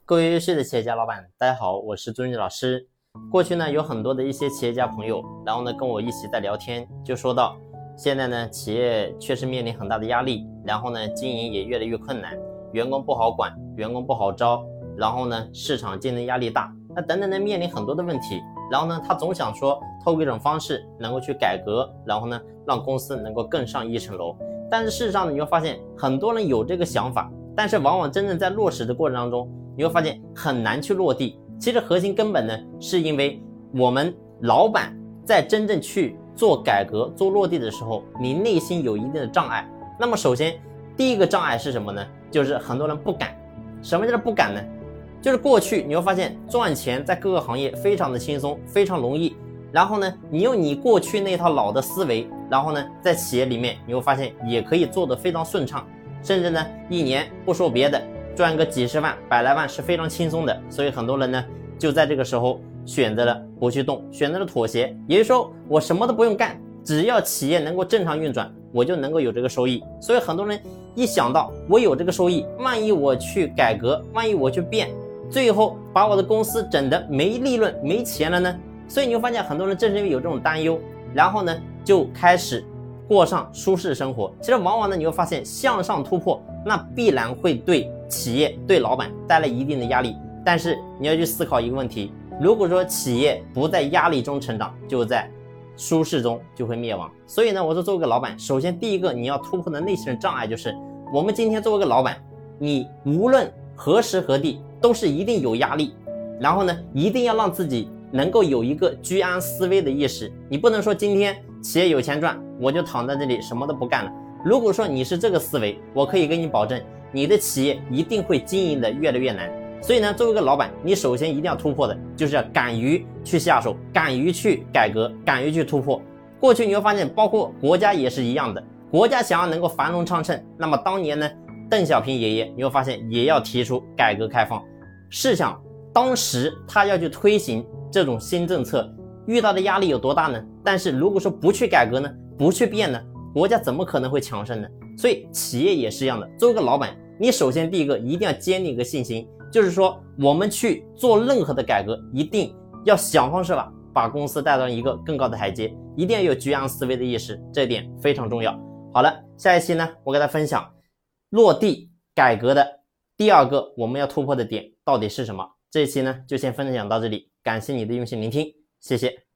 各位优秀的企业家老板，大家好，我是朱云老师。过去呢，有很多的一些企业家朋友，然后呢跟我一起在聊天，就说到现在呢企业确实面临很大的压力，然后呢经营也越来越困难，员工不好管，员工不好招，然后呢市场竞争压力大，那等等的面临很多的问题。然后呢他总想说透过一种方式能够去改革，然后呢让公司能够更上一层楼。但是事实上呢，你会发现很多人有这个想法，但是往往真正在落实的过程当中，你会发现很难去落地。其实核心根本呢，是因为我们老板在真正去做改革、做落地的时候，你内心有一定的障碍。那么首先第一个障碍是什么呢？就是很多人不敢。什么叫做不敢呢？就是过去你会发现赚钱在各个行业非常的轻松，非常容易。然后呢，你用你过去那套老的思维，然后呢，在企业里面你会发现也可以做得非常顺畅，甚至呢，一年不说别的，赚个几十万、百来万是非常轻松的。所以很多人呢，就在这个时候选择了不去动，选择了妥协，也就是说我什么都不用干，只要企业能够正常运转，我就能够有这个收益。所以很多人一想到我有这个收益，万一我去改革，万一我去变，最后把我的公司整得没利润、没钱了呢？所以你会发现很多人正是因为有这种担忧，然后呢就开始过上舒适生活。其实往往呢你会发现向上突破，那必然会对企业、对老板带来一定的压力。但是你要去思考一个问题，如果说企业不在压力中成长，就在舒适中就会灭亡。所以呢，我说作为一个老板，首先第一个你要突破的内心的障碍，就是我们今天作为一个老板，你无论何时何地都是一定有压力，然后呢一定要让自己能够有一个居安思危的意识。你不能说今天企业有钱赚，我就躺在这里什么都不干了。如果说你是这个思维，我可以跟你保证，你的企业一定会经营的越来越难。所以呢，作为一个老板，你首先一定要突破的就是要敢于去下手，敢于去改革，敢于去突破。过去你会发现，包括国家也是一样的，国家想要能够繁荣昌盛，那么当年呢，邓小平爷爷你会发现也要提出改革开放。试想当时他要去推行这种新政策，遇到的压力有多大呢？但是如果说不去改革呢，不去变呢，国家怎么可能会强盛呢？所以企业也是一样的，作为一个老板，你首先第一个一定要坚定一个信心，就是说我们去做任何的改革，一定要想方设法把公司带到一个更高的台阶，一定要有居安思危的意识，这一点非常重要。好了，下一期呢，我给大家分享落地改革的第二个我们要突破的点到底是什么。这一期呢就先分享到这里，感谢你的用心聆听，谢谢。